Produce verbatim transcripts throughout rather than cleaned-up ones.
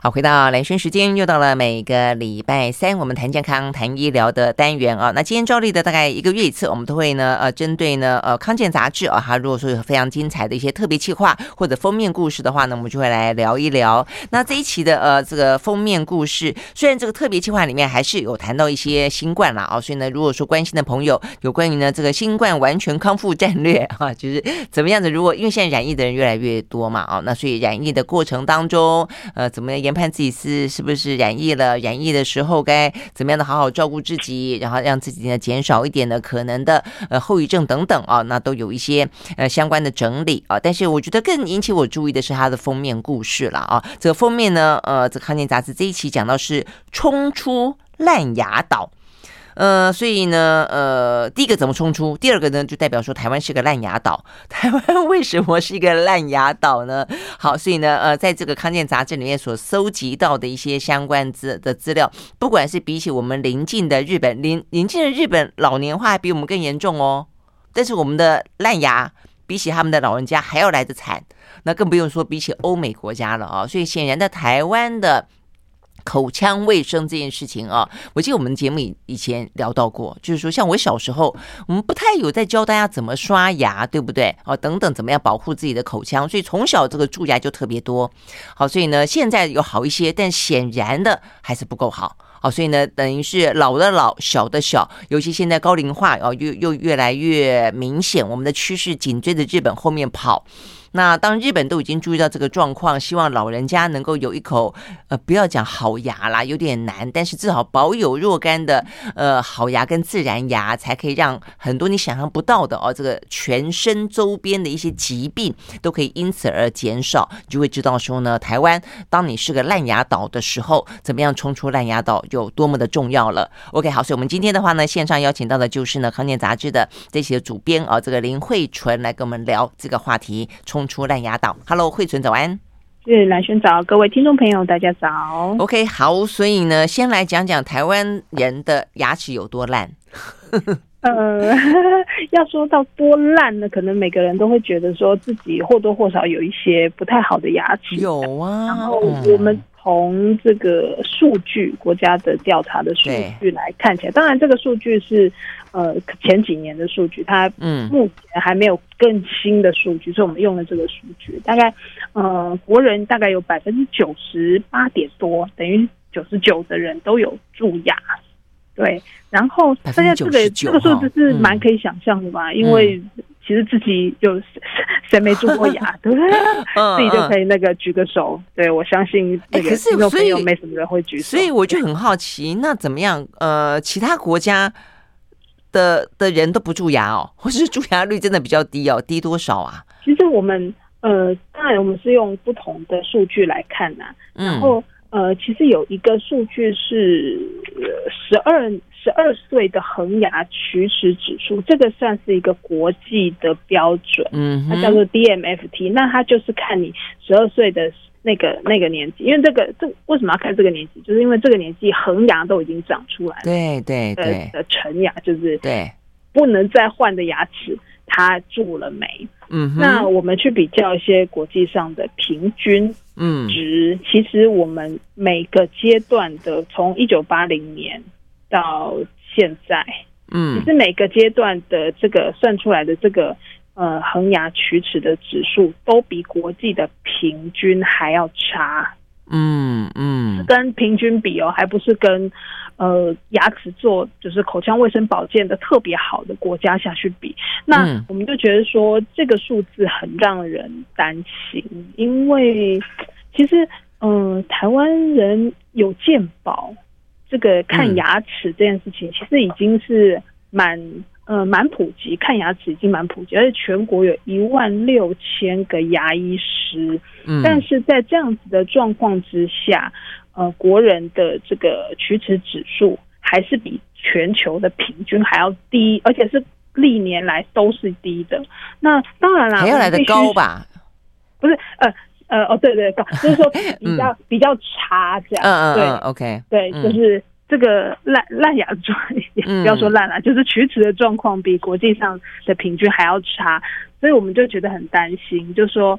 好，回到蓝轩时间，又到了每个礼拜三我们谈健康、谈医疗的单元啊。那今天照例的大概一个月一次，我们都会呢呃针对呢呃康健杂志啊，它如果说有非常精彩的一些特别企划或者封面故事的话呢，我们就会来聊一聊。那这一期的呃这个封面故事，虽然这个特别企划里面还是有谈到一些新冠啦啊，所以呢如果说关心的朋友有关于呢这个新冠完全康复战略啊，就是怎么样子，如果因为现在染疫的人越来越多嘛啊，那所以染疫的过程当中呃怎么样研判自己是是不是染疫了，染疫的时候该怎么样的好好照顾自己，然后让自己呢减少一点的可能的呃后遗症等等啊，那都有一些呃相关的整理啊。但是我觉得更引起我注意的是它的封面故事了啊。这个封面呢，呃，这康健杂志这一期讲到是冲出烂牙岛。呃，所以呢，呃，第一个怎么冲出？第二个呢，就代表说台湾是个烂牙岛。台湾为什么是一个烂牙岛呢？好，所以呢，呃，在这个康健杂志里面所搜集到的一些相关资的资料，不管是比起我们邻近的日本，邻邻近的日本老年化还比我们更严重哦。但是我们的烂牙比起他们的老人家还要来得惨，那更不用说比起欧美国家了啊。所以显然的，台湾的口腔卫生这件事情啊，我记得我们节目以前聊到过，就是说像我小时候我们不太有在教大家怎么刷牙，对不对哦，等等怎么样保护自己的口腔，所以从小这个蛀牙就特别多。好，所以呢现在有好一些，但显然的还是不够好。好，所以呢等于是老的老，小的小，尤其现在高龄化哦又又越来越明显，我们的趋势紧追着日本后面跑。那当日本都已经注意到这个状况，希望老人家能够有一口呃不要讲好牙啦，有点难，但是至少保有若干的呃好牙跟自然牙，才可以让很多你想象不到的哦，这个全身周边的一些疾病都可以因此而减少。就会知道说呢，台湾当你是个烂牙岛的时候，怎么样冲出烂牙岛有多么的重要了。 OK， 好，所以我们今天的话呢，线上邀请到的就是呢康健杂志的这些主编啊、哦，这个林慧纯来跟我们聊这个话题，冲出烂牙岛。 Hello， 慧纯早安。 是蓝轩早，各位听众朋友大家早。 OK， 好，所以呢先来讲讲台湾人的牙齿有多烂。 呃，要说到多烂呢，可能每个人都会觉得说自己或多或少有一些不太好的牙齿。 有啊， 然后我们从这个数据，国家的调查的数据来看起来，当然这个数据是呃前几年的数据，它目前还没有更新的数据，所以我们用了这个数据，大概呃国人大概有百分之九十八点多，等于九十九的人都有蛀牙。对，然后大家这个这个数字是蛮可以想象的吧、嗯、因为其实自己有谁没蛀过牙，对不对？嗯、自己就可以那个举个手。对，我相信那个听众朋友没什么人会举手。 所以我就很好奇，那怎么样？呃，其他国家的的人都不蛀牙哦，或是蛀牙率真的比较低哦？低多少啊？ 其实我们呃，当然我们是用不同的数据来看呐、啊，然后。呃，其实有一个数据是十二十二岁的恒牙龋齿指数，这个算是一个国际的标准，嗯，它叫做 D M F T。那它就是看你十二岁的那个那个年纪，因为这个这为什么要看这个年纪？就是因为这个年纪恒牙都已经长出来了， 对对对， 的陈牙就是对不能再换的牙齿，它蛀了没？嗯，那我们去比较一些国际上的平均。嗯，值其实我们每个阶段的，从一九八零年到现在，嗯，其实每个阶段的这个算出来的这个呃恒牙龋齿的指数，都比国际的平均还要差。嗯嗯，是跟平均比哦，还不是跟呃牙齿做就是口腔卫生保健的特别好的国家下去比。那我们就觉得说这个数字很让人担心，因为其实嗯、呃、台湾人有健保，这个看牙齿这件事情其实已经是蛮呃蛮普及，看牙齿已经蛮普及，而且全国有一万六千个牙医师。嗯，但是在这样子的状况之下，呃，国人的这个龋齿指数还是比全球的平均还要低，而且是历年来都是低的。那当然啦， 还要来得高吧？ 不是，呃呃哦，对对，高，就是说比较、嗯、比较差这样。 嗯嗯对 ，OK， 对，就是。这个烂烂牙状，不要说烂了、嗯，就是龋齿的状况比国际上的平均还要差，所以我们就觉得很担心，就说，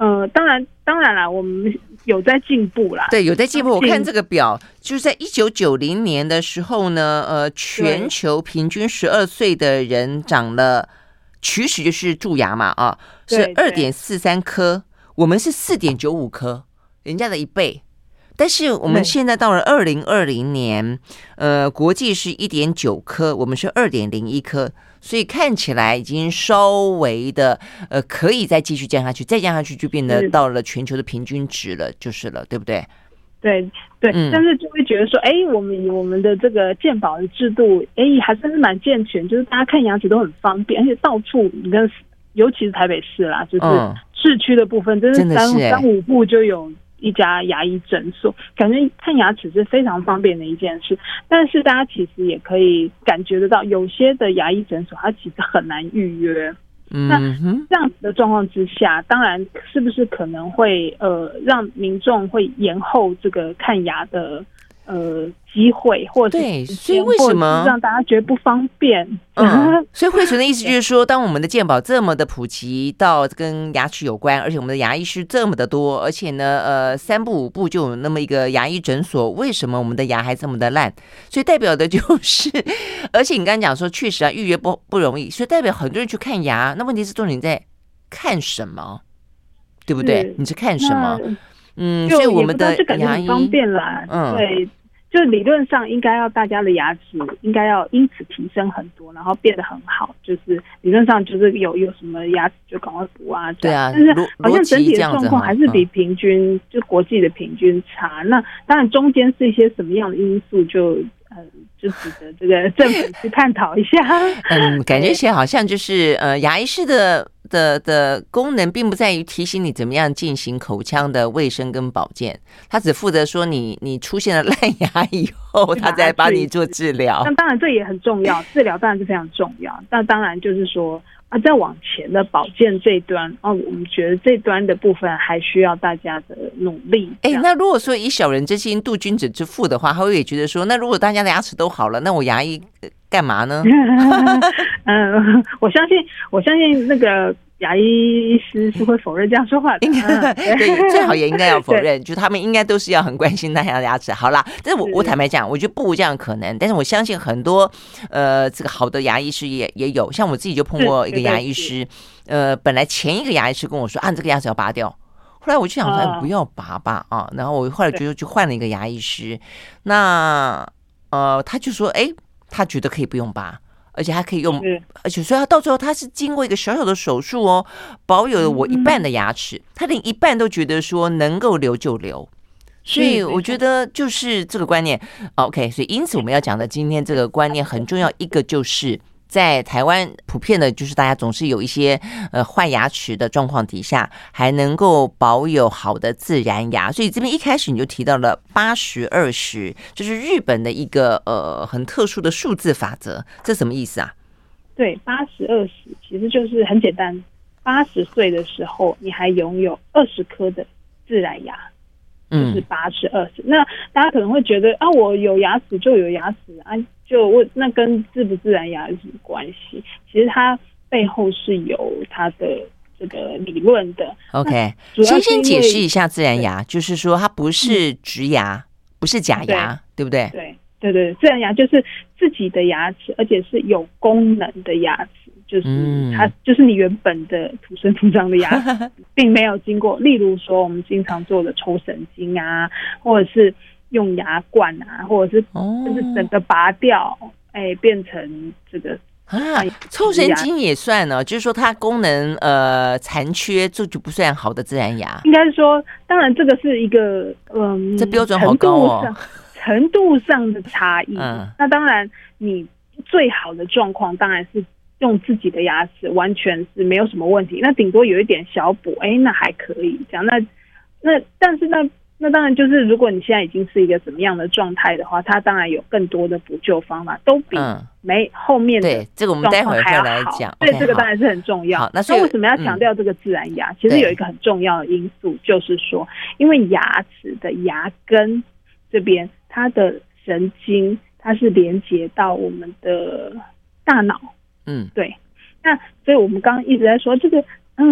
呃，当然，当然啦，我们有在进步啦。 对，有在进步。我看这个表，就是在一九九零年的时候呢，呃，全球平均十二岁的人长了龋齿，就是蛀牙嘛，啊，是二点四三颗，我们是四点九五颗，人家的一倍。但是我们现在到了二零二零年，呃，国际是一点九颗，我们是二点零一颗。所以看起来已经稍微的呃可以再继续降下去，再降下去就变得到了全球的平均值了，就是了，对不对？ 对对、嗯，但是就会觉得说，哎，我们我们的这个健保的制度，哎，还算是蛮健全，就是大家看牙齿都很方便，而且到处你跟尤其是台北市啦，就是市区的部分，真是三三五步就有一家牙医诊所，感觉看牙齿是非常方便的一件事。但是大家其实也可以感觉得到，有些的牙医诊所它其实很难预约。嗯、那这样子的状况之下，当然是不是可能会呃让民众会延后这个看牙的呃机会，或者是对，所以为什么让大家觉得不方便？ 嗯，所以慧纯的意思就是说，当我们的健保这么的普及到跟牙齿有关，而且我们的牙医师这么的多，而且呢，呃，三步五步就有那么一个牙医诊所，为什么我们的牙还这么的烂？所以代表的就是，而且你刚才讲说，确实啊，预约不不容易，所以代表很多人去看牙。那问题是，重点在看什么，对不对？你是看什么？嗯，所以我们的牙医方便啦，嗯，对。就理论上应该要大家的牙齿应该要因此提升很多，然后变得很好。就是理论上就是有有什么牙齿就赶快补啊， 对啊。 但是好像整体的状况还是比平均、嗯、就国际的平均差。那当然中间是一些什么样的因素就，呃就值得这个政府去探讨一下。 嗯，感觉起来好像就是呃牙医师的。的的功能并不在于提醒你怎么样进行口腔的卫生跟保健，他只负责说你你出现了烂牙以后，他再帮你做治疗。 那当然这也很重要，治疗当然是非常重要。那当然就是说啊，再往前的保健这一端，哦，我们觉得这端的部分还需要大家的努力。 哎，那如果说以小人之心度君子之腹的话，他会也觉得说，那如果大家的牙齿都好了，那我牙医干嘛呢？ 嗯，我相信，我相信那个牙医师是会否认这样说话的。 嗯、对，最好也应该要否认，就他们应该都是要很关心大家的牙齿。好啦，但是我我坦白讲，我觉得不无这样可能，但是我相信很多呃这个好的牙医师也也有，像我自己就碰过一个牙医师，呃，本来前一个牙医师跟我说啊，这个牙齿要拔掉。后来我就想说，哎，不要拔吧啊！然后我后来就就换了一个牙医师，那呃，他就说，哎，他觉得可以不用拔，而且还可以用，而且所以他到最后他是经过一个小小的手术哦，保有了我一半的牙齿，嗯、他连一半都觉得说能够留就留。所以我觉得就是这个观念 ，OK。所以因此我们要讲的今天这个观念很重要，一个就是在台湾普遍的，就是大家总是有一些呃坏牙齿的状况底下，还能够保有好的自然牙。所以这边一开始你就提到了八十二十，就是日本的一个呃很特殊的数字法则，这什么意思啊？ 对，八十二十其实就是很简单，八十岁的时候你还拥有二十颗的自然牙。就是八十二十，那大家可能会觉得啊，我有牙齿就有牙齿啊，就我那跟自不自然牙有什么关系？其实它背后是有它的这个理论的。 OK， 先先解释一下自然牙，就是说它不是植牙，嗯、不是假牙， 对, 对不对？ 对对对，自然牙就是自己的牙齿，而且是有功能的牙齿。就是它，就是你原本的土生土长的牙齿，并没有经过，例如说我们经常做的抽神经啊，或者是用牙冠啊，或者是就是整个拔掉，哎，变成这个啊，抽神经也算呢，就是说它功能呃残缺，这就不算好的自然牙。 应该是说，当然这个是一个嗯， 这标准好高哦， 程度上的差异。嗯，那当然你最好的状况当然是用自己的牙齿完全是没有什么问题，那顶多有一点小补，哎，那还可以这样。那那但是那那当然就是，如果你现在已经是一个怎么样的状态的话，它当然有更多的补救方法，都比没后面的对这个我们待会儿再来讲。 对，这个当然是很重要。那为什么要强调这个自然牙？嗯、其实有一个很重要的因素，就是说，因为牙齿的牙根这边，它的神经它是连接到我们的大脑。嗯，对，那所以我们刚刚一直在说这个，嗯，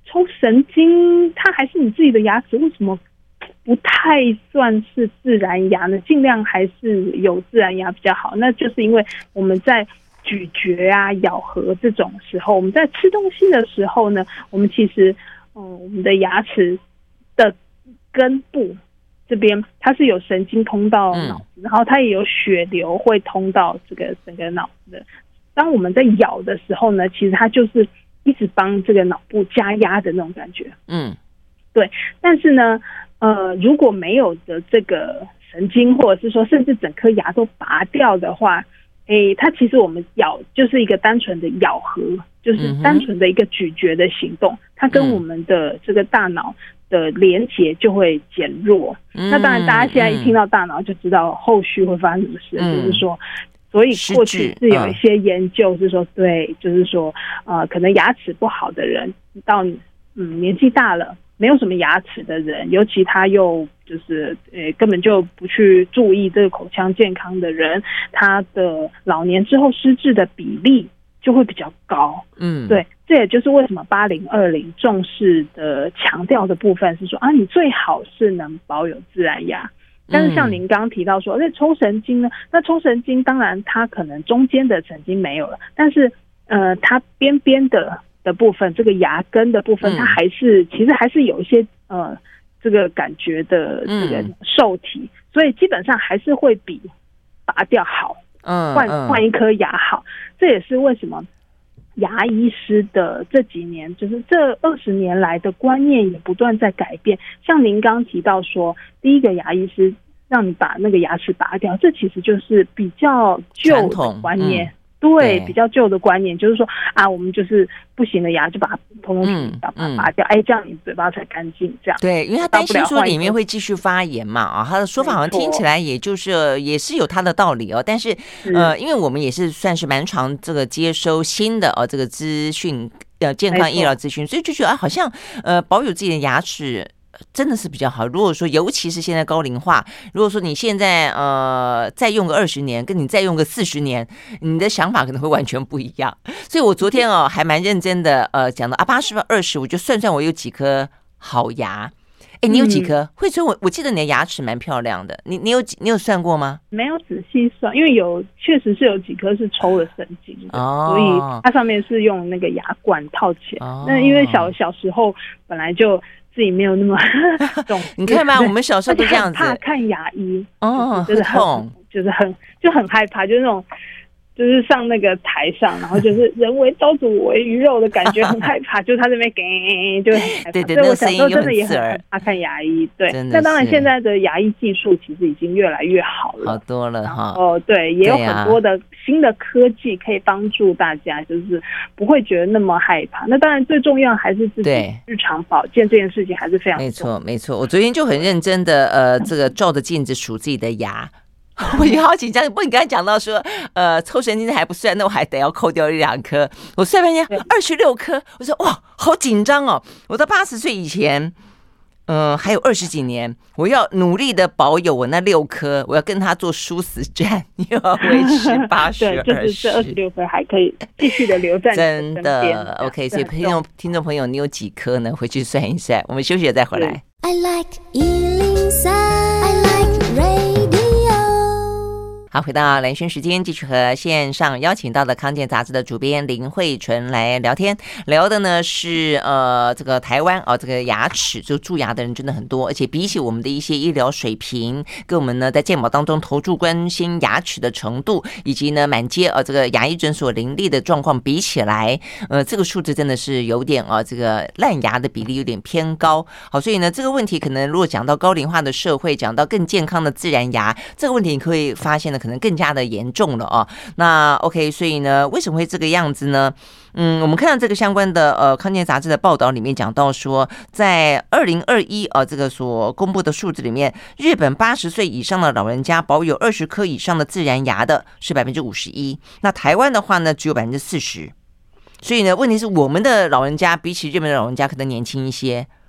抽神经它还是你自己的牙齿，为什么不太算是自然牙呢？尽量还是有自然牙比较好。那就是因为我们在咀嚼啊、咬合这种时候，我们在吃东西的时候呢，我们其实，嗯，我们的牙齿的根部这边它是有神经通到脑子，嗯、然后它也有血流会通到这个整个脑子的。当我们在咬的时候呢，其实它就是一直帮这个脑部加压的那种感觉。嗯，对。但是呢，呃，如果没有的这个神经，或者是说甚至整颗牙都拔掉的话，诶，它其实我们咬就是一个单纯的咬合，就是单纯的一个咀嚼的行动，它跟我们的这个大脑的连结就会减弱。嗯、那当然，大家现在一听到大脑就知道后续会发生什么事，嗯、就是说，所以过去是有一些研究是说，嗯、对，就是说，呃，可能牙齿不好的人到嗯年纪大了，没有什么牙齿的人，尤其他又就是呃根本就不去注意这个口腔健康的人，他的老年之后失智的比例就会比较高。嗯，对，这也就是为什么八零二零重视的强调的部分是说啊，你最好是能保有自然牙。但是像您刚刚提到说，那抽神经呢？那抽神经当然它可能中间的神经没有了，但是呃，它边边的的部分，这个牙根的部分，它还是、嗯、其实还是有一些呃这个感觉的这个受体，嗯、所以基本上还是会比拔掉好，嗯，换换一颗牙好。这也是为什么牙医师的这几年，就是这二十年来的观念也不断在改变。像您刚提到说，第一个牙医师让你把那个牙齿拔掉，这其实就是比较旧的观念。对，比较旧的观念就是说啊，我们就是不行的牙就把它通通去把它拔掉，哎、嗯嗯，这样你嘴巴才干净。这样对，因为他担心说里面会继续发炎嘛，啊，他的说法好像听起来也就是也是有他的道理哦。但是呃，因为我们也是算是蛮常这个接收新的哦这个资讯，呃，健康医疗资讯，所以就觉得啊，好像呃保有自己的牙齿真的是比较好。如果说尤其是现在高龄化，如果说你现在呃再用个二十年，跟你再用个四十年，你的想法可能会完全不一样。所以我昨天哦还蛮认真的呃讲到啊八十二十，我就算算我有几颗好牙。哎，你有几颗？慧春，我我记得你的牙齿蛮漂亮的，你你有你有算过吗？ 没有仔细算，因为有确实是有几颗是抽了神经的，哦、所以它上面是用那个牙冠套起来。哦、那因为小小时候本来就自己没有那么懂， 你看吧，我们小时候都这样子， 怕看牙医哦， 就是很痛，就是很就很害怕，就是那种。就是上那个台上，然后就是人为刀俎我为鱼肉的感觉，很害怕。就是他这边给，就很害怕。 对对， 所以我小时候真的也很害怕看牙医。对，那当然现在的牙医技术其实已经越来越好了， 好多了哈。 哦，对，也有很多的新的科技可以帮助大家，就是不会觉得那么害怕。那当然最重要还是自己日常保健这件事情还是非常重要。 没错没错，我昨天就很认真的呃，这个照着镜子数自己的牙。我也好紧张，不过你刚才讲到说，呃，抽神经还不算，那我还得要扣掉一两颗。我算半天二十六颗，我说哇，好紧张哦！我到八十岁以前，嗯、呃，还有二十几年，我要努力的保有我那六颗，我要跟他做殊死战，又要维持八十二十。 对，就是这二十六颗还可以继续的留在你真的 OK。所以听众听众朋友，你有几颗呢？回去算一算。我们休息了再回来。I like 一零三 I like radio。好，回到蓝轩时间，继续和线上邀请到的康健杂志的主编林慧纯来聊天，聊的呢是呃这个台湾哦，这个牙齿就蛀牙的人真的很多，而且比起我们的一些医疗水平，跟我们呢在健保当中投注关心牙齿的程度，以及呢满街呃这个牙医诊所林立的状况比起来，呃这个数字真的是有点啊、呃、这个烂牙的比例有点偏高。好，所以呢这个问题可能如果讲到高龄化的社会，讲到更健康的自然牙，这个问题你可以发现呢可能更加的严重了哦。那 OK， 所以呢，为什么会这个样子呢？嗯，我们看到这个相关的呃康健杂志的报道里面讲到说，在二零二一呃这个所公布的数字里面，日本八十岁以上的老人家保有二十颗以上的自然牙的是百分之五十一，那台湾的话呢只有百分之四十。所以呢，问题是我们的老人家比起日本的老人家可能年轻一些。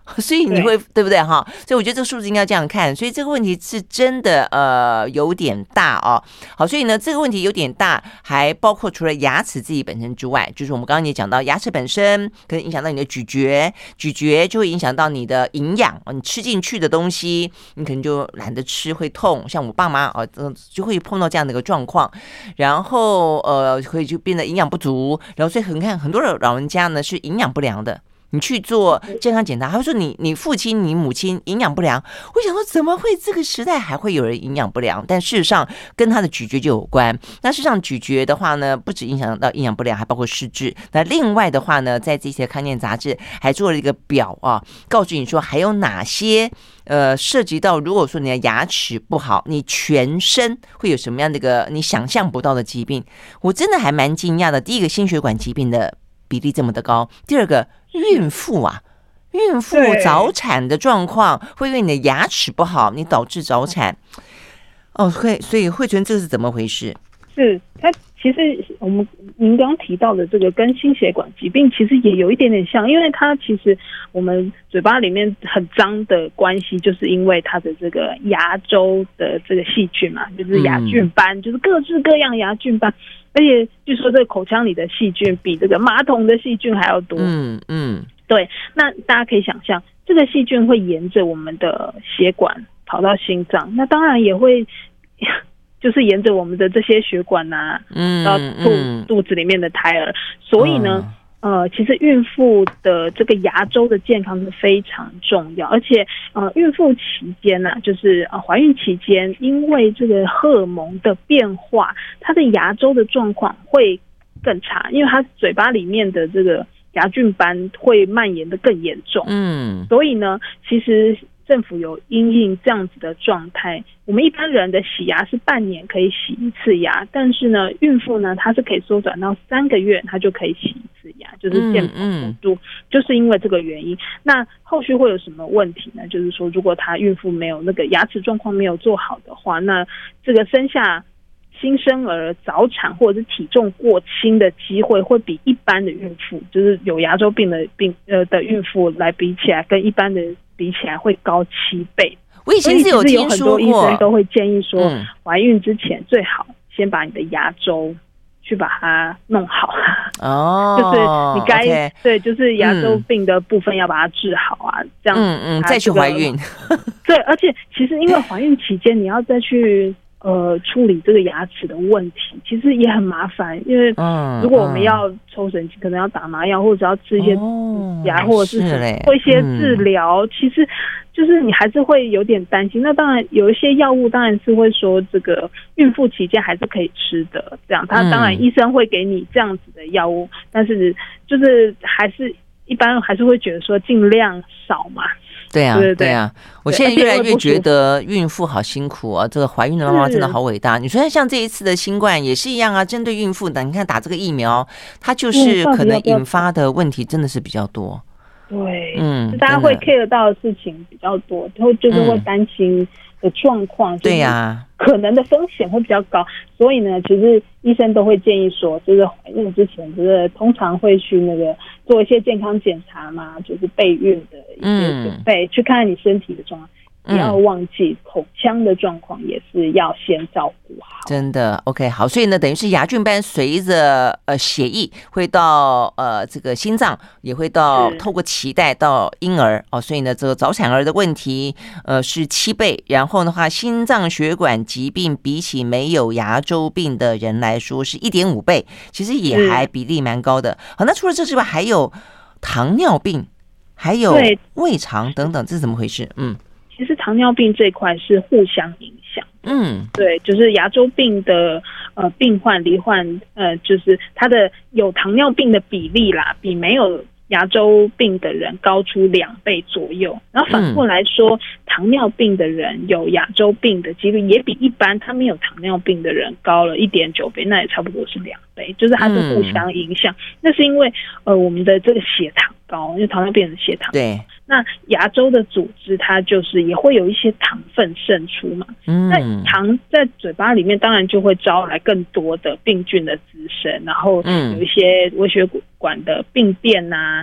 所以你会 对, 对不对哈？所以我觉得这个数字应该这样看，所以这个问题是真的呃有点大哦。好，所以呢这个问题有点大，还包括除了牙齿自己本身之外，就是我们刚刚也讲到牙齿本身可能影响到你的咀嚼，咀嚼就会影响到你的营养，你吃进去的东西你可能就懒得吃，会痛。像我爸妈哦、呃、就会碰到这样的一个状况，然后呃会就变得营养不足，然后所以很看很多的老人家呢是营养不良的。你去做健康检查，他会说你你父亲你母亲营养不良。我想说怎么会这个时代还会有人营养不良？但事实上跟他的咀嚼就有关。那事实上咀嚼的话呢，不止影响到营养不良，还包括失智。那另外的话呢，在这些康健杂志还做了一个表啊，告诉你说还有哪些呃涉及到，如果说你的牙齿不好，你全身会有什么样的一个你想象不到的疾病。我真的还蛮惊讶的。第一个，心血管疾病的比例这么的高；第二个，孕妇啊，孕妇早产的状况会因为你的牙齿不好，你导致早产。哦，会，所以慧纯这是怎么回事？ 是它其实我们您刚刚提到的这个跟心血管疾病其实也有一点点像，因为它其实我们嘴巴里面很脏的关系，就是因为它的这个牙周的这个细菌嘛，就是牙菌斑，嗯、就是各式各样牙菌斑。而且据说这个口腔里的细菌比这个马桶的细菌还要多。嗯嗯，对。那大家可以想象，这个细菌会沿着我们的血管跑到心脏，那当然也会就是沿着我们的这些血管啊，嗯，到肚肚子里面的胎儿。所以呢，嗯、呃，其实孕妇的这个牙周的健康是非常重要，而且呃，孕妇期间呢、啊，就是呃怀孕期间，因为这个荷尔蒙的变化，她的牙周的状况会更差，因为她嘴巴里面的这个牙菌斑会蔓延的更严重。嗯，所以呢，其实政府有因应这样子的状态，我们一般人的洗牙是半年可以洗一次牙，但是呢，孕妇呢，她是可以缩短到三个月，她就可以洗一次牙，就是健保补助、嗯嗯，就是因为这个原因。那后续会有什么问题呢？就是说，如果她孕妇没有那个牙齿状况没有做好的话，那这个生下新生儿早产或者是体重过轻的机会会比一般的孕妇，就是有牙周病的病呃的孕妇来比起来，跟一般的比起来会高七倍。 我以前是有听说过， 很多医生都会建议说，怀孕之前最好先把你的牙周去把它弄好。哦，就是你该、okay, 对，就是牙周病的部分要把它治好啊，嗯、这样嗯嗯再去怀孕。 对，而且其实因为怀孕期间你要再去。呃，处理这个牙齿的问题其实也很麻烦，因为如果我们要抽神经，可能要打麻药，或者要吃一些牙、哦，或者是做一些治疗、嗯，其实就是你还是会有点担心。那当然有一些药物当然是会说这个孕妇期间还是可以吃的，这样他当然医生会给你这样子的药物，嗯、但是就是还是一般还是会觉得说尽量少嘛。 对啊，对对啊！我现在越来越觉得孕妇好辛苦啊，这个怀孕的妈妈真的好伟大。你说像这一次的新冠也是一样啊，针对孕妇的，你看打这个疫苗，它就是可能引发的问题真的是比较多。 对，嗯，大家会 care 到的事情比较多，然后就是会担心的状况，对呀，可能的风险会比较高，所以呢，其实医生都会建议说，就是怀孕之前，就是通常会去那个做一些健康检查嘛，就是备孕的一些准备，嗯、去看看你身体的状况。不要忘记口腔的状况也是要先照顾好。 真的 OK 好，所以呢等于是牙菌斑随着呃血液会到呃这个心脏，也会到透过脐带到婴儿哦，所以呢这个早产儿的问题呃是七倍，然后的话心脏血管疾病比起没有牙周病的人来说是 一点五倍，其实也还比例蛮高的。好，那除了这之外还有糖尿病，还有胃肠等等，这是怎么回事？嗯。 其实糖尿病这一块是互相影响，嗯，对，就是牙周病的呃病患罹患呃，就是他的有糖尿病的比例啦，比没有牙周病的人高出两倍左右。然后反过来说，嗯、糖尿病的人有牙周病的几率也比一般他没有糖尿病的人高了 一点九倍，那也差不多是两倍，就是它是互相影响。嗯、那是因为呃我们的这个血糖高，因为糖尿病的血糖高，对。那牙周的组织它就是也会有一些糖分渗出嘛，嗯、那糖在嘴巴里面当然就会招来更多的病菌的滋生，然后有一些微血管的病变啊，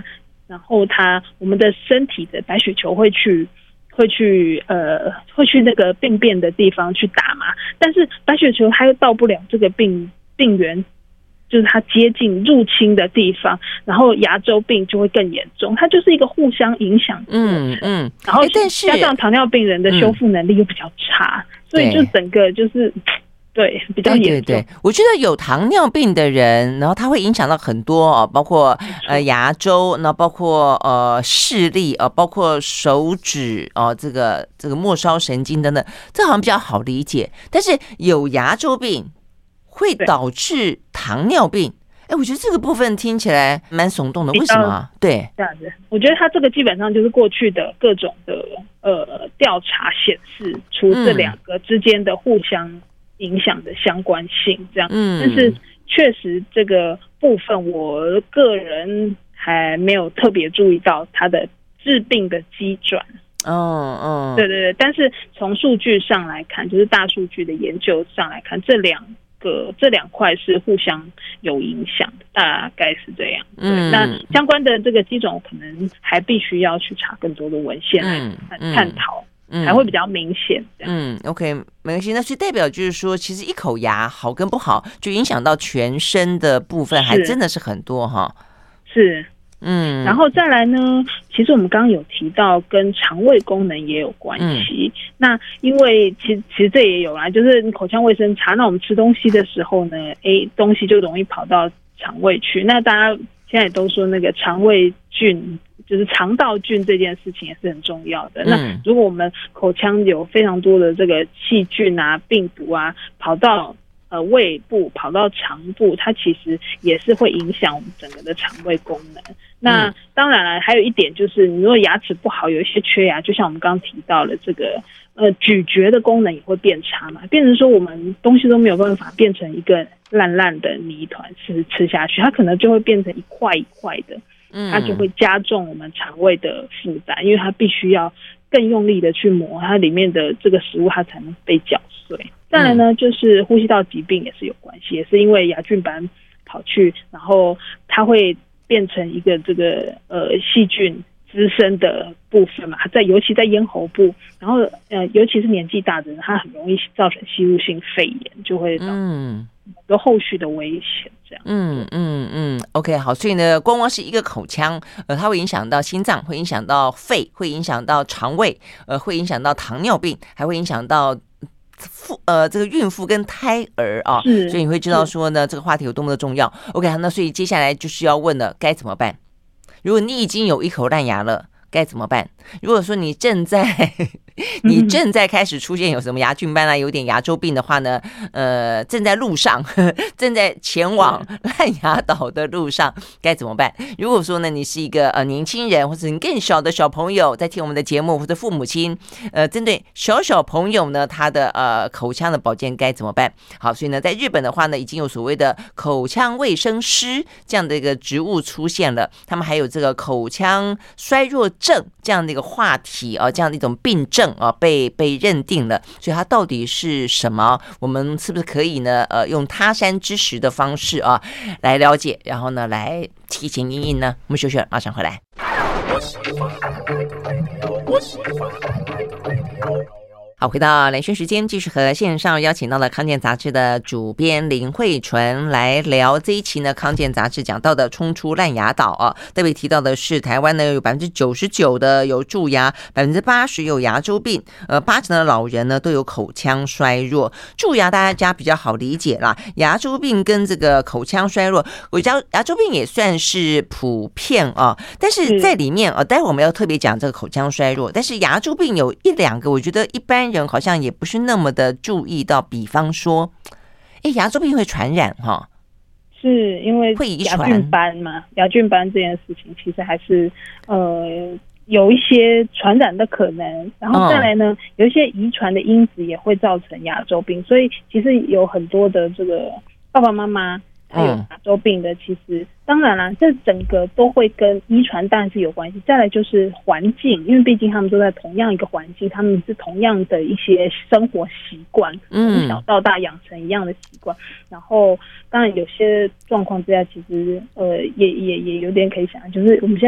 然后它我们的身体的白血球会去会去呃会去那个病变的地方去打嘛，但是白血球它又到不了这个病病原，就是它接近入侵的地方，然后牙周病就会更严重，它就是一个互相影响的过程。嗯嗯，然后加上糖尿病人的修复能力又比较差，嗯、所以就整个就是对比较严重。 对对对，我觉得有糖尿病的人，然后它会影响到很多哦，包括呃牙周，那包括呃视力呃，包括手指哦、呃，这个这个末梢神经等等，这好像比较好理解。但是有牙周病会导致糖尿病，哎，我觉得这个部分听起来蛮耸动的，为什么？对， 这样子，我觉得它这个基本上就是过去的各种的呃调查显示出这两个之间的互相影响的相关性，这样。嗯，但是确实这个部分，我个人还没有特别注意到它的致病的机转。 哦哦， 对对对，但是从数据上来看，就是大数据的研究上来看，这两个这两块是互相有影响的，大概是这样。嗯，那相关的这个机种可能还必须要去查更多的文献来探、嗯、探讨。嗯，才会比较明显。 嗯 ，OK， 没关系。那所以代表就是说，其实一口牙好跟不好，就影响到全身的部分，还真的是很多哈。 是，嗯，然后再来呢，其实我们刚刚有提到跟肠胃功能也有关系。嗯、那因为其实其实这也有啦，就是你口腔卫生差，那我们吃东西的时候呢，哎，东西就容易跑到肠胃去。那大家现在都说那个肠胃菌。就是肠道菌这件事情也是很重要的。那如果我们口腔有非常多的这个细菌啊、病毒啊，跑到呃胃部、跑到肠部，它其实也是会影响我们整个的肠胃功能。那当然了，还有一点就是，你如果牙齿不好，有一些缺牙，就像我们刚刚提到了这个呃咀嚼的功能也会变差嘛，变成说我们东西都没有办法变成一个烂烂的泥团吃吃下去，它可能就会变成一块一块的。它就会加重我们肠胃的负担，因为它必须要更用力的去磨它里面的这个食物，它才能被搅碎。再来呢，就是呼吸道疾病也是有关系，也是因为牙菌斑跑去，然后它会变成一个这个呃细菌滋生的部分嘛，在尤其在咽喉部，然后呃尤其是年纪大的人，它很容易造成吸入性肺炎，就会嗯有后续的危险。这样， 嗯嗯嗯 ，OK， 好，所以呢，光光是一个口腔，呃，它会影响到心脏，会影响到肺，会影响到肠胃，呃，会影响到糖尿病，还会影响到妇呃这个孕妇跟胎儿啊，所以你会知道说呢，这个话题有多么的重要。OK， 那所以接下来就是要问了，该怎么办？如果你已经有一口烂牙了，该怎么办？如果说你正在你正在开始出现有什么牙菌斑啊，有点牙周病的话呢，呃，正在路上，正在前往烂牙岛的路上，该怎么办？如果说呢，你是一个呃年轻人，或者你更小的小朋友在听我们的节目，或者父母亲，呃，针对小小朋友呢，他的呃口腔的保健该怎么办？好，所以呢，在日本的话呢，已经有所谓的口腔卫生师这样的一个职务出现了，他们还有这个口腔衰弱症这样的一个话题啊，这样的一种病症啊，被被认定了，所以它到底是什么？我们是不是可以呢？呃，用他山之石的方式啊，来了解，然后呢，来提前因应呢？我们休息，马上回来。好，回到连线时间，继续和线上邀请到了康健杂志的主编林慧纯来聊这一期呢。康健杂志讲到的冲出烂牙岛啊，特别提到的是台湾呢有百分之九十九的有蛀牙，百分之八十有牙周病，呃，八成的老人呢都有口腔衰弱。蛀牙大家比较好理解啦，牙周病跟这个口腔衰弱，我牙牙周病也算是普遍啊，但是在里面啊，待会我们要特别讲这个口腔衰弱，但是牙周病有一两个，我觉得一般人好像也不是那么的注意到，比方说，哎，牙周病会传染哈？ 是因为会遗传牙菌斑嘛？牙菌斑这件事情其实还是呃有一些传染的可能，然后再来呢，嗯、有一些遗传的因子也会造成牙周病，所以其实有很多的这个爸爸妈妈。还有牙周病的，其实当然啦，这整个都会跟遗传当然是有关系。再来就是环境，因为毕竟他们都在同样一个环境，他们是同样的一些生活习惯，从小到大养成一样的习惯。然后当然有些状况之下，其实呃也也也有点可以想，就是我们现在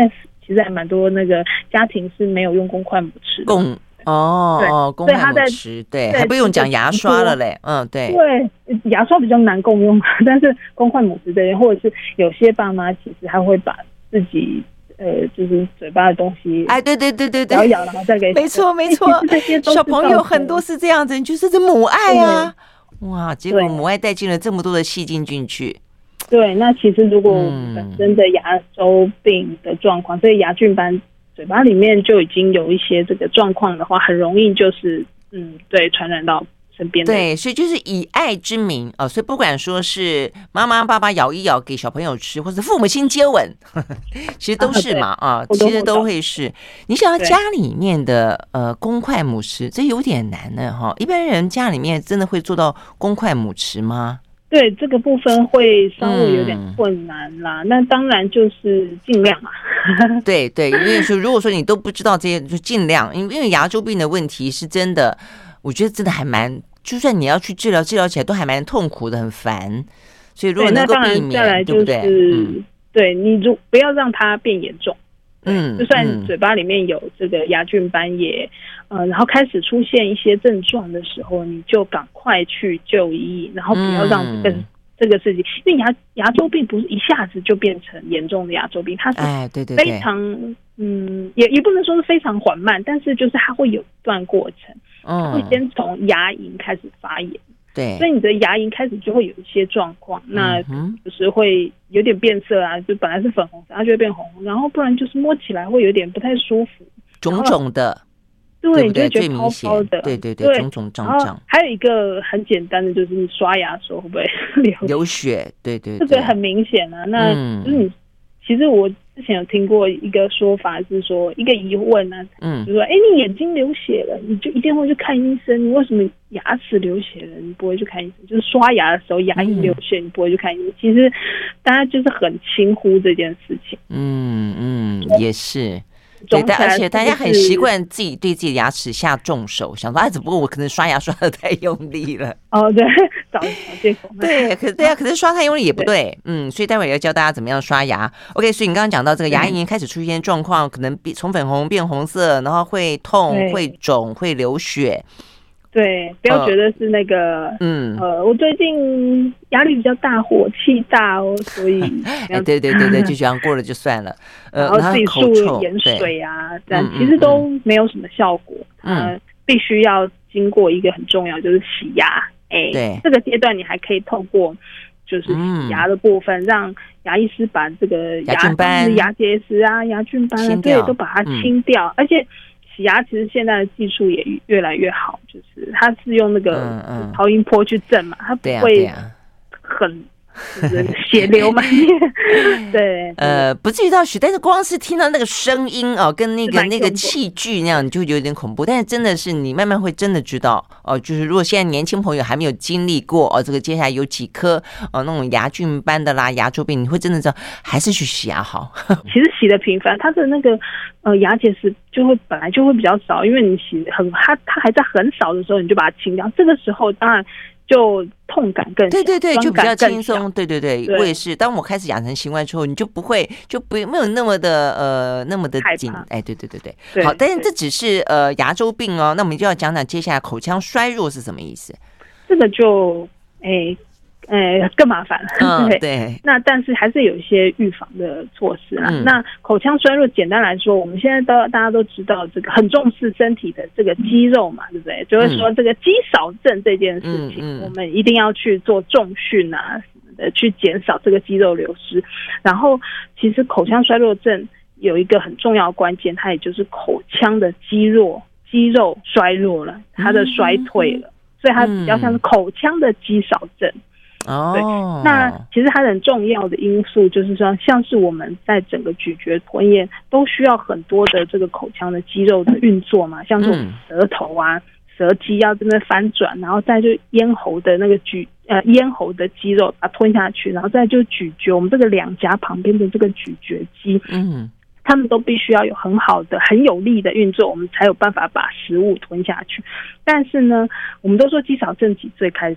其实还蛮多那个家庭是没有用公筷母匙的。 公哦哦，公筷母匙，对，还不用讲牙刷了嘞，嗯，对， 对，牙刷比较难共用，但是公筷母匙这边，或者是有些爸妈其实还会把自己呃，就是嘴巴的东西， 哎，对对对对对， 咬咬然后再给， 没错没错， 这些小朋友很多是这样子，就是这母爱啊，哇，结果母爱带进了这么多的细菌进去。 对，那其实如果我们本身的牙周病的状况，所以牙菌斑嘴巴里面就已经有一些这个状况的话，很容易就是嗯，对，传染到身边的。 对，所以就是以爱之名啊、哦，所以不管说是妈妈爸爸咬一咬给小朋友吃，或者父母亲接吻，呵呵其实都是嘛啊，其实都会是。你想要家里面的呃公筷母匙，这有点难呢哈。一般人家里面真的会做到公筷母匙吗？ 对，这个部分会稍微有点困难啦。嗯、那当然就是尽量嘛。 对对，因为说如果说你都不知道这些，就尽量，因为因为牙周病的问题是真的，我觉得真的还蛮，就算你要去治疗，治疗起来都还蛮痛苦的，很烦。所以如果能够避免， 再来就是、 对不对？嗯、 对你如不要让它变严重。 嗯， 就算嘴巴里面有这个牙菌斑也，呃，然后开始出现一些症状的时候，你就赶快去就医，然后不要让这个、嗯、这个事情，因为牙牙周病不是一下子就变成严重的牙周病，它是哎，对对， 非常嗯，也也不能说是非常缓慢，但是就是它会有一段过程，它会先从牙龈开始发炎。 对， 所以你的牙龈开始就会有一些状况，那就是会有点变色啊，就本来是粉红色，它就会变红，然后不然就是摸起来会有点不太舒服， 肿肿的， 对， 对不对？ 你就觉得泡泡的， 对对对，肿肿胀胀。 还有一个很简单的，就是你刷牙的时候会不会流流血？对对， 这个很明显啊。那就是你，其实我之前有听过一个说法是说，一个疑问啊，嗯，就说，哎，你眼睛流血了，你就一定会去看医生，你为什么牙齿流血了，你不会去看医生？就是刷牙的时候牙龈流血，你不会去看医生？其实大家就是很轻忽这件事情。 嗯嗯，也是。对，但而且大家很习惯自己对自己的牙齿下重手，想说，哎，只不过我可能刷牙刷的太用力了。 哦，对，找找借口。 对，可对啊，可是刷太用力也不对，嗯，所以待会也要教大家怎么样刷牙。OK， 所以你刚刚讲到这个牙龈开始出现状况，可能从粉红变红色，然后会痛、会肿、会流血。 对，不要觉得是那个，嗯，呃，我最近压力比较大，火气大哦，所以， 哎，对对对对，就这样过了就算了， 呃，然后自己漱盐水啊，但其实都没有什么效果，嗯，必须要经过一个很重要就是洗牙，哎，对，这个阶段你还可以透过就是洗牙的部分，让牙医师把这个牙菌斑、 牙结石啊、牙菌斑啊，对，都把它清掉，而且。洗牙其实现在的技术也越来越好，就是它是用那个超音波去震嘛，它不会很血流满面，对， 呃，不至于到血，但是光是听到那个声音哦，跟那个那个器具那样，你就有点恐怖。但是真的是你慢慢会真的知道哦，就是如果现在年轻朋友还没有经历过哦，这个接下来有几颗哦那种牙菌斑的啦、牙周病，你会真的知道还是去洗牙好。 其实洗的频繁，它的那个呃牙结石就会本来就会比较少，因为你洗很它它还在很少的时候，你就把它清掉，这个时候当然。就痛感更小， 对对对，就比较轻松。对对对，我也是。当我开始养成习惯之后，你就不会就不没有那么的呃那么的紧。哎，对对对对，对好。但是这只是呃牙周病哦，那我们就要讲讲接下来口腔衰弱是什么意思。 这个就哎。呃，更麻烦了。 嗯，对。 那但是还是有一些预防的措施啦。嗯、那口腔衰弱，简单来说，我们现在都大家都知道，这个很重视身体的这个肌肉嘛，对不对？就是说这个肌少症这件事情，嗯嗯、我们一定要去做重训啊什么的，去减少这个肌肉流失。然后，其实口腔衰弱症有一个很重要的关键，它也就是口腔的肌肉肌肉衰弱了，它的衰退了，嗯、所以它比较像是口腔的肌少症。 哦， 对，那其实它很重要的因素就是说，像是我们在整个咀嚼、吞咽都需要很多的这个口腔的肌肉的运作嘛，像是我们舌头啊、舌肌要这边翻转，然后再就咽喉的那个咀呃咽喉的肌肉把它吞下去，然后再就咀嚼我们这个两颊旁边的这个咀嚼肌，嗯，他们都必须要有很好的、很有力的运作，我们才有办法把食物吞下去。但是呢，我们都说肌少症几岁开始？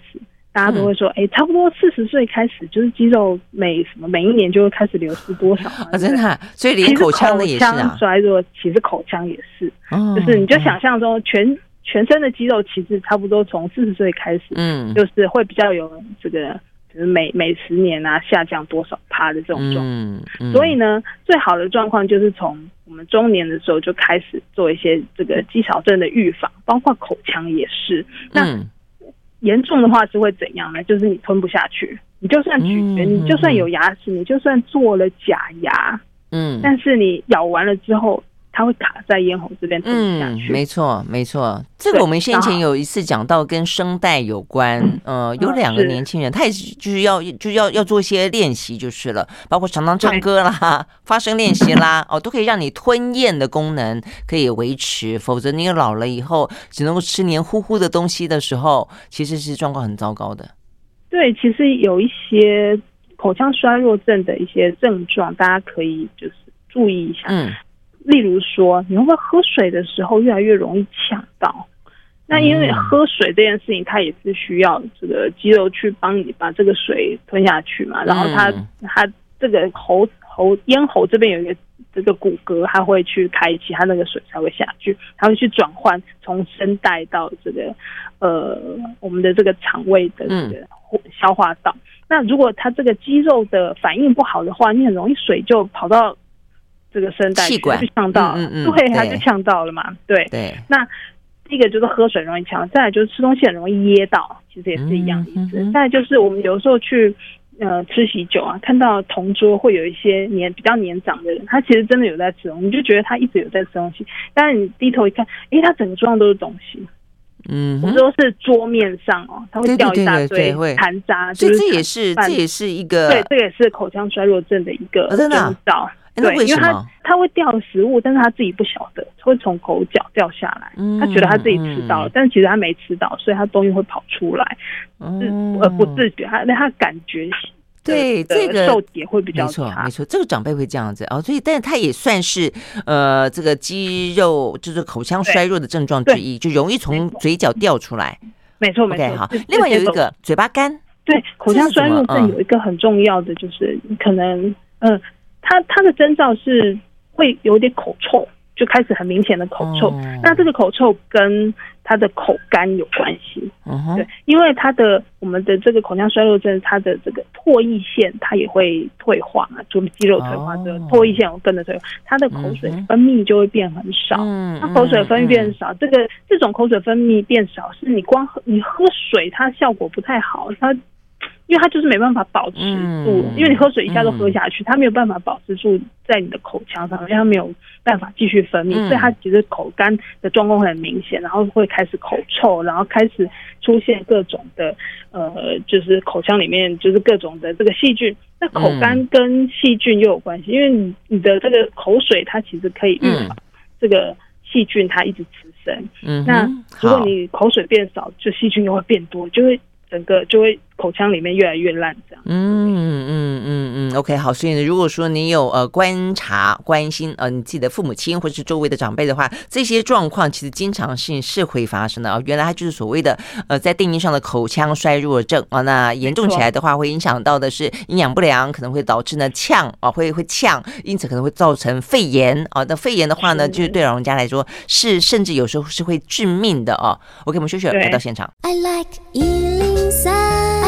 大家都会说，哎、嗯，差不多四十岁开始，就是肌肉每什么每一年就会开始流失多少啊？ 真的、啊，所以连口腔的也是啊。口腔衰弱，其实口腔也是，哦、就是你就想象中全全身的肌肉其实差不多从四十岁开始，嗯，就是会比较有这个，就是每每十年啊下降多少趴的这种状况。嗯嗯、所以呢，最好的状况就是从我们中年的时候就开始做一些这个肌少症的预防，包括口腔也是。那、嗯严重的话是会怎样呢？就是你吞不下去，你就算咀嚼、嗯，你就算有牙齿、嗯，你就算做了假牙，嗯，但是你咬完了之后，它会卡在咽喉这边吞不下去。 嗯，没错，没错。这个我们先前有一次讲到跟声带有关，呃，有两个年轻人，他也是就是要就是要要做一些练习就是了，包括常常唱歌啦、发声练习啦，哦，都可以让你吞咽的功能可以维持，否则你老了以后只能够吃黏糊糊的东西的时候，其实是状况很糟糕的。 对，其实有一些口腔衰弱症的一些症状，大家可以就是注意一下。嗯。例如说，你会不会喝水的时候越来越容易呛到？那因为喝水这件事情，它也是需要这个肌肉去帮你把这个水吞下去嘛。然后它它这个喉喉咽喉这边有一个这个骨骼，它会去开启，它那个水才会下去，它会去转换从声带到这个呃我们的这个肠胃的这个消化道。那如果它这个肌肉的反应不好的话，你很容易水就跑到这个声带气管就呛到了，嗯嗯对，它就呛到了嘛。对，对。那第一个就是喝水容易呛，再来就是吃东西很容易噎到，其实也是一样的意思。嗯、再来就是我们有时候去呃吃喜酒啊，看到同桌会有一些年比较年长的人，他其实真的有在吃东西，你就觉得他一直有在吃东西，但是你低头一看，哎，他整个桌上都是东西。嗯，有时候是桌面上哦，它会掉一大堆残渣， 所以这也是这也是一个对，这也是口腔衰弱症的一个征兆。 对， 因为他他会掉食物，但是他自己不晓得，会从口角掉下来。嗯、他觉得他自己吃到了，嗯、但是其实他没吃到，所以他东西会跑出来，嗯、而不自觉。他他感觉对这个受体会比较差，没错没错，这个长辈会这样子哦，所以但是他也算是呃这个肌肉就是口腔衰弱的症状之一，就容易从嘴角掉出来。 没错没错。 Okay, 好，另外有一个嘴巴干， 对，口腔衰弱症有一个很重要的就是可能嗯。呃它它的征兆是会有点口臭，就开始很明显的口臭。哦、那这个口臭跟它的口干有关系。嗯、对，因为它的我们的这个口腔衰弱症，它的这个唾液腺它也会退化嘛，就肌肉退化之后，哦、唾液腺有跟着退化，它的口水分泌就会变很少。嗯，它口水分泌变少，嗯、这个这种口水分泌变少，是你光喝你喝水，它效果不太好，它。因为它就是没办法保持住，嗯、因为你喝水一下都喝下去，嗯、它没有办法保持住在你的口腔上，因为它没有办法继续分泌，嗯、所以它其实口干的状况很明显，然后会开始口臭，然后开始出现各种的呃，就是口腔里面就是各种的这个细菌。那口干跟细菌又有关系，因为你你的这个口水它其实可以预防这个细菌它一直滋生。嗯，那如果你口水变少，就细菌又会变多，就会整个就会口腔里面越来越烂这样。 嗯嗯嗯嗯 ，OK， 好。所以呢，如果说你有呃观察、关心呃你自己的父母亲或是周围的长辈的话，这些状况其实经常性是会发生的啊。原来它就是所谓的呃在定义上的口腔衰弱症啊。那严重起来的话，会影响到的是营养不良，可能会导致呢呛啊，会会呛，因此可能会造成肺炎啊。那肺炎的话呢，就是对老人家来说是甚至有时候是会致命的啊。OK， 我们休息回到现场。I like 一零三。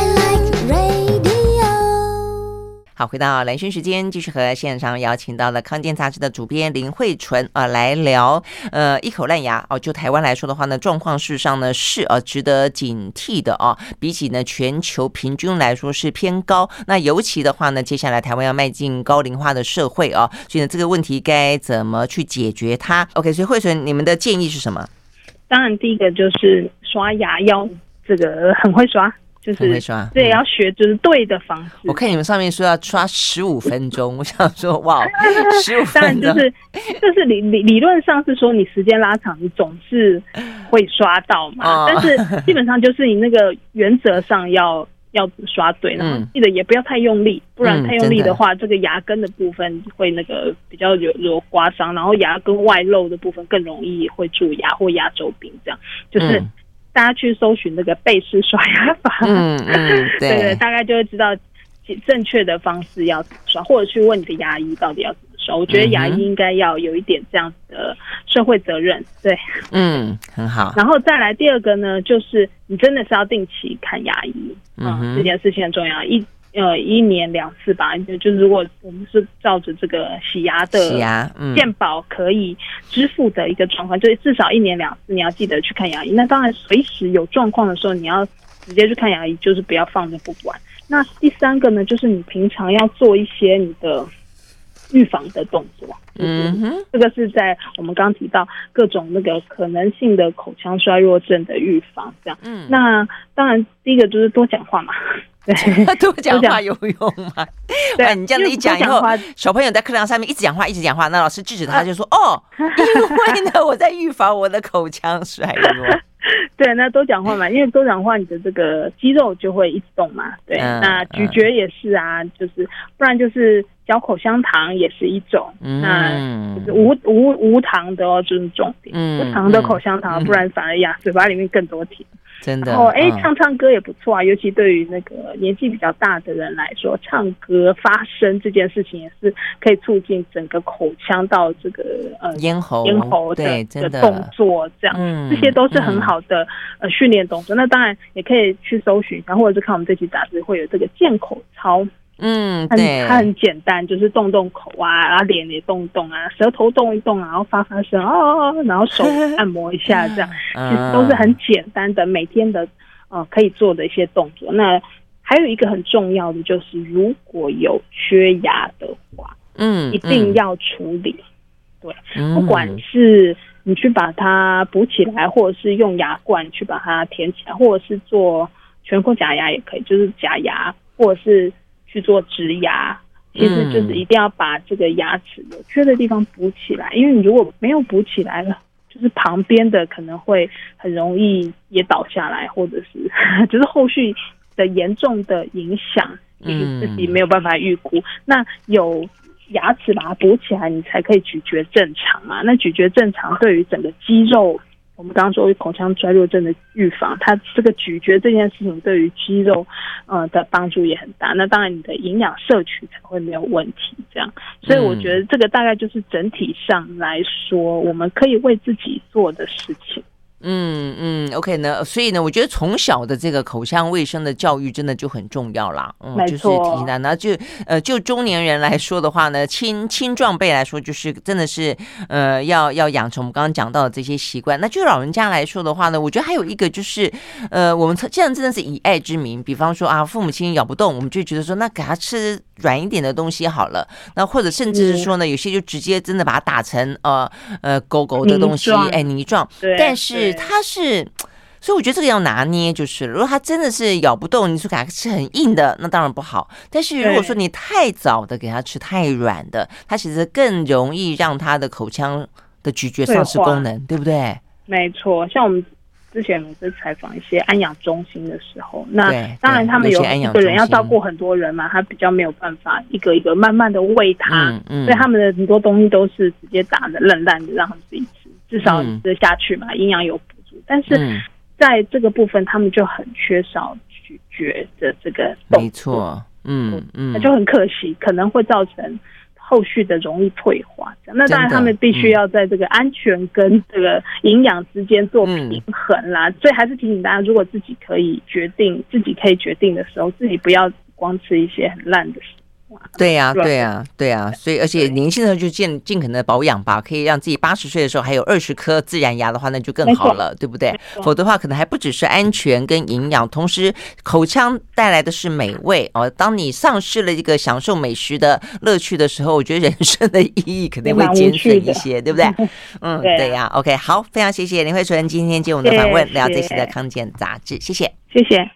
好，回到蓝轩时间，继续和现场邀请到了康健杂志的主编林慧纯啊、呃、来聊呃一口烂牙哦。就台湾来说的话呢，状况事实上呢是呃值得警惕的啊。比起呢全球平均来说是偏高，那尤其的话呢，接下来台湾要迈进高龄化的社会啊，所以呢这个问题该怎么去解决它 ？OK， 所以慧纯你们的建议是什么？ 当然，第一个就是刷牙要这个很会刷。就是对，要学就是对的方式。 我看你们上面说要刷十五分钟，我想说哇，十五分钟。 当然就是就是理理理论上是说你时间拉长，你总是会刷到嘛。哦、但是基本上就是你那个原则上要要刷对，然后记得也不要太用力，不然太用力的话，嗯、这个牙根的部分会那个比较有有刮伤，然后牙根外露的部分更容易会蛀牙或牙周病，这样就是。嗯大家去搜寻这个贝氏刷牙法， 嗯嗯，对对对，大概就会知道正确的方式要怎么刷，或者去问你的牙医到底要怎么刷。我觉得牙医应该要有一点这样子的社会责任，对， 嗯，很好。 然后再来第二个呢，就是你真的是要定期看牙医，嗯，嗯这件事情很重要，一呃一年两次吧，就是如果我们是照着这个洗牙的洗牙健保可以支付的一个状况，就是至少一年两次你要记得去看牙医。那当然随时有状况的时候，你要直接去看牙医，就是不要放着不管。那第三个呢，就是你平常要做一些你的预防的动作，嗯哼，这个是在我们刚刚提到各种那个可能性的口腔衰弱症的预防，这样。嗯，那当然第一个就是多讲话嘛，对， 多讲话有用吗？对，你这样子一讲以后，小朋友在课堂上面一直讲话，一直讲话，那老师制止他，就说：“哦，因为呢，我在预防我的口腔衰弱。” 对，那多讲话嘛，因为多讲话，你的这个肌肉就会一直动嘛。对，嗯、那咀嚼也是啊，就是不然就是嚼口香糖也是一种，嗯、那就是无无无糖的哦，就是重点，嗯、无糖的口香糖，嗯、不然反而呀，嘴巴里面更多甜。 真的， 然后哎，唱唱歌也不错啊，尤其对于那个年纪比较大的人来说，唱歌发声这件事情也是可以促进整个口腔到这个呃咽喉咽喉的的动作，这样、嗯、这些都是很好的、嗯、呃训练动作。那当然也可以去搜寻一下，或者是看我们这期杂志会有这个健口操。 嗯， 对，它很简单，就是动动口啊，然后脸也动动啊，舌头动一动啊，然后发发声哦，然后手按摩一下，这样其实都是很简单的每天的呃可以做的一些动作。那还有一个很重要的就是，如果有缺牙的话，嗯，一定要处理。对，嗯、不管是你去把它补起来，或者是用牙冠去把它填起来，或者是做全口假牙也可以，就是假牙，或者是去做植牙，其实就是一定要把这个牙齿有缺的地方补起来，因为你如果没有补起来了，就是旁边的可能会很容易也倒下来，或者是就是后续的严重的影响，你自己没有办法预估。嗯、那有牙齿把它补起来，你才可以咀嚼正常嘛。那咀嚼正常对于整个肌肉，我们刚刚说口腔衰弱症的预防，它这个咀嚼这件事情对于肌肉呃的帮助也很大。那当然你的营养摄取才会没有问题，这样。所以我觉得这个大概就是整体上来说，我们可以为自己做的事情。 嗯嗯 ，OK 呢，所以呢，我觉得从小的这个口腔卫生的教育真的就很重要啦。嗯， 没错， 就是提醒他，那就呃，就中年人来说的话呢，青青壮辈来说，就是真的是呃，要要养成我们刚刚讲到的这些习惯。那就老人家来说的话呢，我觉得还有一个就是，呃，我们这样真的是以爱之名，比方说啊，父母亲咬不动，我们就觉得说，那给他吃软一点的东西好了。那或者甚至是说呢，有些就直接真的把它打成呃呃狗狗的东西，哎，泥状，但是。它是，所以我觉得这个要拿捏，就是如果它真的是咬不动，你说给它吃很硬的，那当然不好。但是如果说你太早的给它吃太软的，它其实更容易让它的口腔的咀嚼丧失功能，对不对？ 没错，像我们之前有在采访一些安养中心的时候，那当然他们有一个人要照顾很多人嘛，他比较没有办法一个一个慢慢的喂他，嗯嗯、所以他们的很多东西都是直接打的烂烂的，让他们自己吃。至少吃下去嘛，营养有补助，但是在这个部分，他们就很缺少咀嚼的这个动作， 没错，嗯嗯， 那就很可惜，可能会造成后续的容易退化。那当然，他们必须要在这个安全跟这个营养之间做平衡啦。嗯、所以还是提醒大家，如果自己可以决定，自己可以决定的时候，自己不要光吃一些很烂的食物。 对呀、啊，对呀、啊，对呀、啊，所以而且年轻的时候就尽尽可能的保养吧，可以让自己八十岁的时候还有二十颗自然牙的话，那就更好了，对不对？否则的话，可能还不只是安全跟营养，同时口腔带来的是美味哦。当你丧失了一个享受美食的乐趣的时候，我觉得人生的意义肯定会减损一些，对不对？嗯，对呀、啊。OK， 好，非常谢谢林慧纯今天接我们的访问，聊这期的康健杂志，谢谢， 谢谢。